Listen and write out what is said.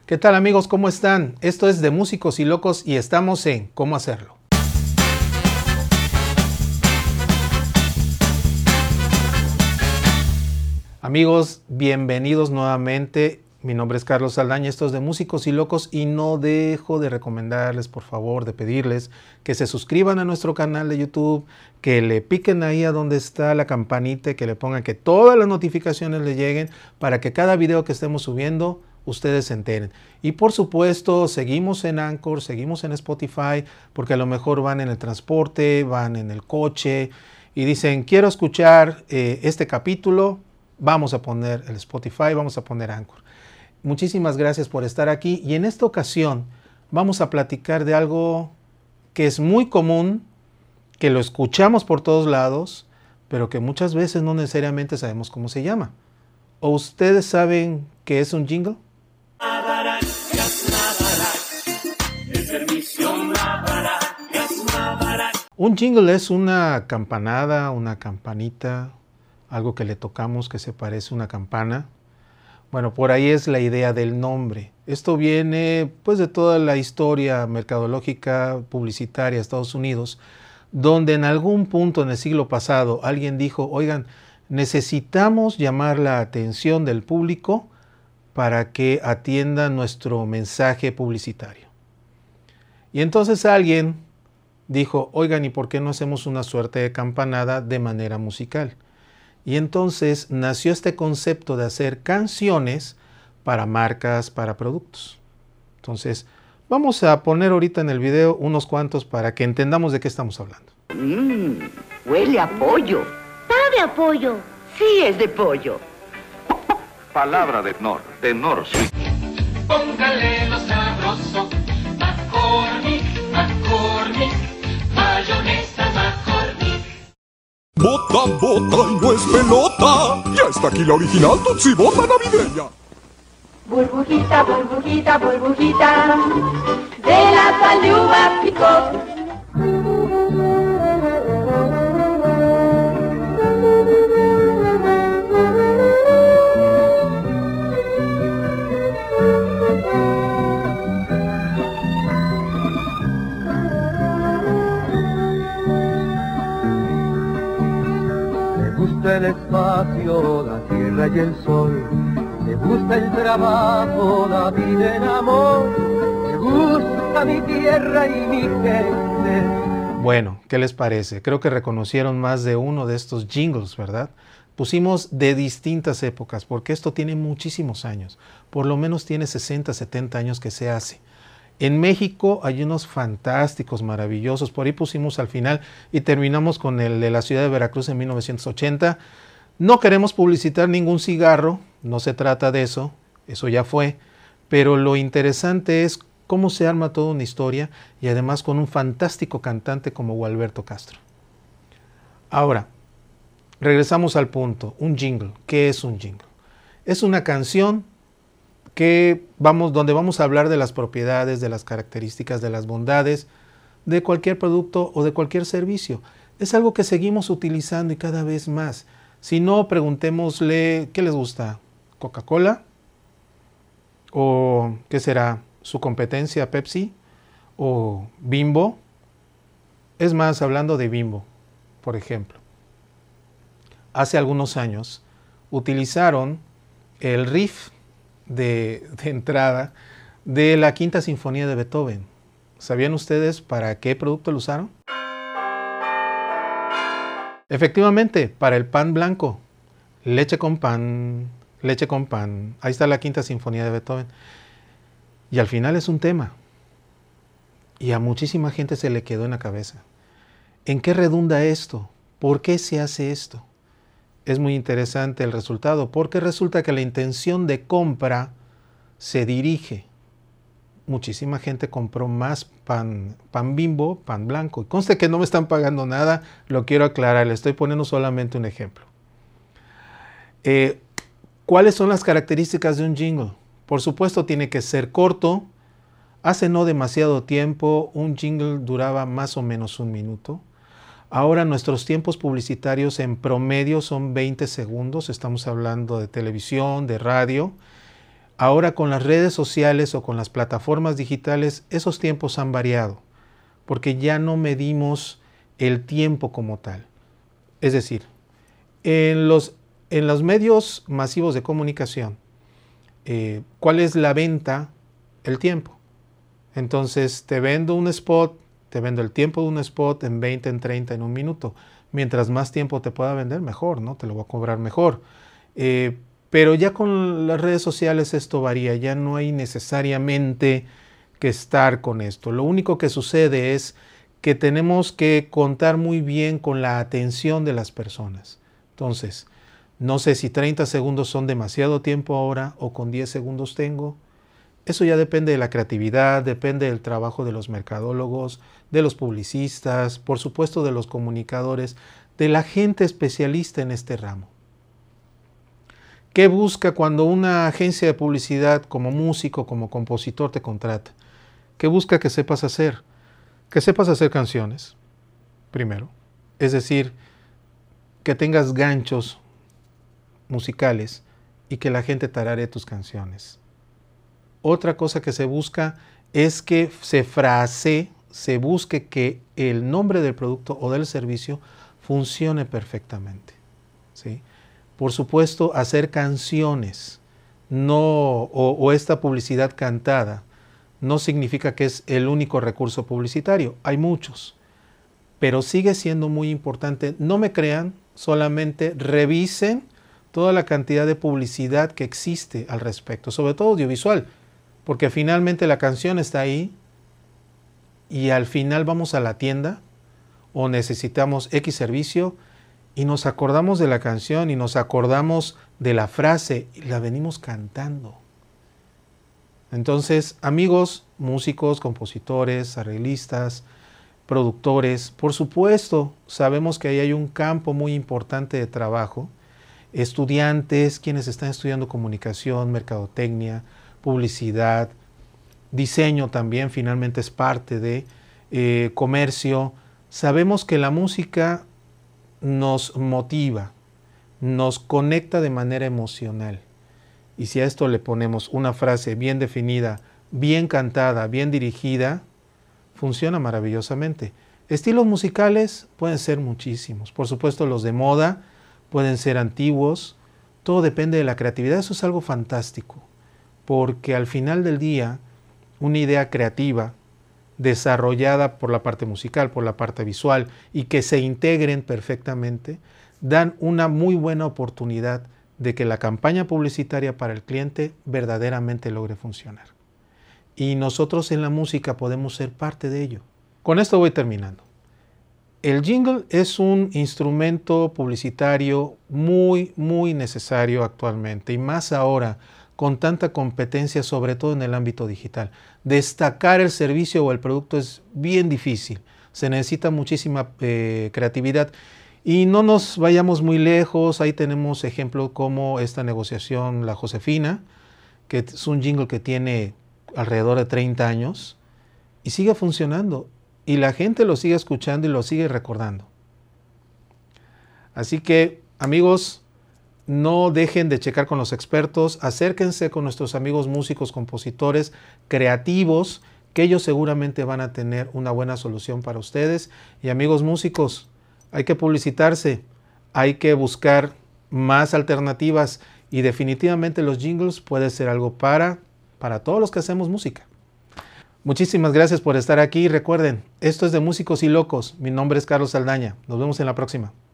¿Qué tal amigos? ¿Cómo están? Esto es de Músicos y Locos y estamos en ¿Cómo hacerlo? Amigos, bienvenidos nuevamente. Mi nombre es Carlos Saldaña, esto es de Músicos y Locos y no dejo de recomendarles, por favor, de pedirles que se suscriban a nuestro canal de YouTube, que le piquen ahí a donde está la campanita, que le pongan que todas las notificaciones les lleguen para que cada video que estemos subiendo ustedes se enteren. Y por supuesto, seguimos en Anchor, seguimos en Spotify, porque a lo mejor van en el transporte, van en el coche y dicen, quiero escuchar este capítulo, vamos a poner el Spotify, vamos a poner Anchor. Muchísimas gracias por estar aquí y en esta ocasión vamos a platicar de algo que es muy común, que lo escuchamos por todos lados, pero que muchas veces no necesariamente sabemos cómo se llama. ¿O ustedes saben qué es un jingle? Un jingle es una campanada, una campanita, algo que le tocamos que se parece a una campana. Bueno, por ahí es la idea del nombre. Esto viene pues de toda la historia mercadológica publicitaria de Estados Unidos, donde en algún punto en el siglo pasado alguien dijo, oigan, necesitamos llamar la atención del público para que atienda nuestro mensaje publicitario. Y entonces alguien dijo, oigan, ¿y por qué no hacemos una suerte de campanada de manera musical? Y entonces nació este concepto de hacer canciones para marcas, para productos. Entonces, vamos a poner ahorita en el video unos cuantos para que entendamos de qué estamos hablando. Huele a pollo. ¿Sabe a pollo? Sí, es de pollo. Palabra de Nor, sí. Póngale lo sabroso, McCormick, mayonesa McCormick. Bota, bota y no es pelota. Ya está aquí la original Tootsie Bota navideña. Burbujita, burbujita, burbujita, de la paluba picó. El espacio, la tierra y el sol, me gusta el trabajo, la vida en amor, me gusta mi tierra y mi gente. Bueno, ¿qué les parece? Creo que reconocieron más de uno de estos jingles, ¿verdad? Pusimos de distintas épocas, porque esto tiene muchísimos años, por lo menos tiene 60, 70 años que se hace. En México hay unos fantásticos, maravillosos, por ahí pusimos al final y terminamos con el de la ciudad de Veracruz en 1980. No queremos publicitar ningún cigarro, no se trata de eso, eso ya fue, pero lo interesante es cómo se arma toda una historia y además con un fantástico cantante como Gualberto Castro. Ahora, regresamos al punto, un jingle. ¿Qué es un jingle? Es una canción donde vamos a hablar de las propiedades, de las características, de las bondades de cualquier producto o de cualquier servicio. Es algo que seguimos utilizando y cada vez más. Si no, preguntémosle, ¿qué les gusta? ¿Coca-Cola? ¿O qué será? ¿Su competencia Pepsi? ¿O Bimbo? Es más, hablando de Bimbo, por ejemplo. Hace algunos años utilizaron el riff de entrada de la Quinta Sinfonía de Beethoven. ¿Sabían ustedes para qué producto lo usaron? Efectivamente, para el pan blanco. Leche con pan, leche con pan. Ahí está la Quinta Sinfonía de Beethoven. Y al final es un tema. Y a muchísima gente se le quedó en la cabeza. ¿En qué redunda esto? ¿Por qué se hace esto? Es muy interesante el resultado, porque resulta que la intención de compra se dirige. Muchísima gente compró más pan Bimbo, pan blanco. Y conste que no me están pagando nada, lo quiero aclarar, le estoy poniendo solamente un ejemplo. ¿Cuáles son las características de un jingle? Por supuesto, tiene que ser corto. Hace no demasiado tiempo, un jingle duraba más o menos 1 minuto. Ahora nuestros tiempos publicitarios en promedio son 20 segundos, estamos hablando de televisión, de radio. Ahora con las redes sociales o con las plataformas digitales, esos tiempos han variado, porque ya no medimos el tiempo como tal. Es decir, en los medios masivos de comunicación, ¿cuál es la venta? El tiempo. Entonces te vendo un spot, te vendo el tiempo de un spot en 20, en 30, en un minuto. Mientras más tiempo te pueda vender, mejor, ¿no? Te lo voy a cobrar mejor. Pero ya con las redes sociales esto varía, ya no hay necesariamente que estar con esto. Lo único que sucede es que tenemos que contar muy bien con la atención de las personas. Entonces, no sé si 30 segundos son demasiado tiempo ahora o con 10 segundos tengo. Eso ya depende de la creatividad, depende del trabajo de los mercadólogos, de los publicistas, por supuesto de los comunicadores, de la gente especialista en este ramo. ¿Qué busca cuando una agencia de publicidad como músico, como compositor te contrata? ¿Qué busca que sepas hacer? Que sepas hacer canciones, primero. Es decir, que tengas ganchos musicales y que la gente tararee tus canciones. Otra cosa que se busca es que se frasee, se busque que el nombre del producto o del servicio funcione perfectamente, ¿sí? Por supuesto, hacer canciones o esta publicidad cantada no significa que es el único recurso publicitario. Hay muchos, pero sigue siendo muy importante. No me crean, solamente revisen toda la cantidad de publicidad que existe al respecto, sobre todo audiovisual, porque finalmente la canción está ahí y al final vamos a la tienda o necesitamos X servicio y nos acordamos de la canción y nos acordamos de la frase y la venimos cantando. Entonces, amigos, músicos, compositores, arreglistas, productores, por supuesto, sabemos que ahí hay un campo muy importante de trabajo. Estudiantes, quienes están estudiando comunicación, mercadotecnia, publicidad, diseño también, finalmente es parte de comercio. Sabemos que la música nos motiva, nos conecta de manera emocional. Y si a esto le ponemos una frase bien definida, bien cantada, bien dirigida, funciona maravillosamente. Estilos musicales pueden ser muchísimos. Por supuesto, los de moda pueden ser antiguos. Todo depende de la creatividad. Eso es algo fantástico, porque al final del día, una idea creativa desarrollada por la parte musical, por la parte visual y que se integren perfectamente, dan una muy buena oportunidad de que la campaña publicitaria para el cliente verdaderamente logre funcionar. Y nosotros en la música podemos ser parte de ello. Con esto voy terminando. El jingle es un instrumento publicitario muy, muy necesario actualmente y más ahora con tanta competencia, sobre todo en el ámbito digital. Destacar el servicio o el producto es bien difícil. Se necesita muchísima creatividad. Y no nos vayamos muy lejos. Ahí tenemos ejemplos como esta negociación La Josefina, que es un jingle que tiene alrededor de 30 años y sigue funcionando. Y la gente lo sigue escuchando y lo sigue recordando. Así que, amigos, no dejen de checar con los expertos, acérquense con nuestros amigos músicos, compositores, creativos, que ellos seguramente van a tener una buena solución para ustedes. Y amigos músicos, hay que publicitarse, hay que buscar más alternativas y definitivamente los jingles puede ser algo para todos los que hacemos música. Muchísimas gracias por estar aquí. Recuerden, esto es de Músicos y Locos. Mi nombre es Carlos Saldaña. Nos vemos en la próxima.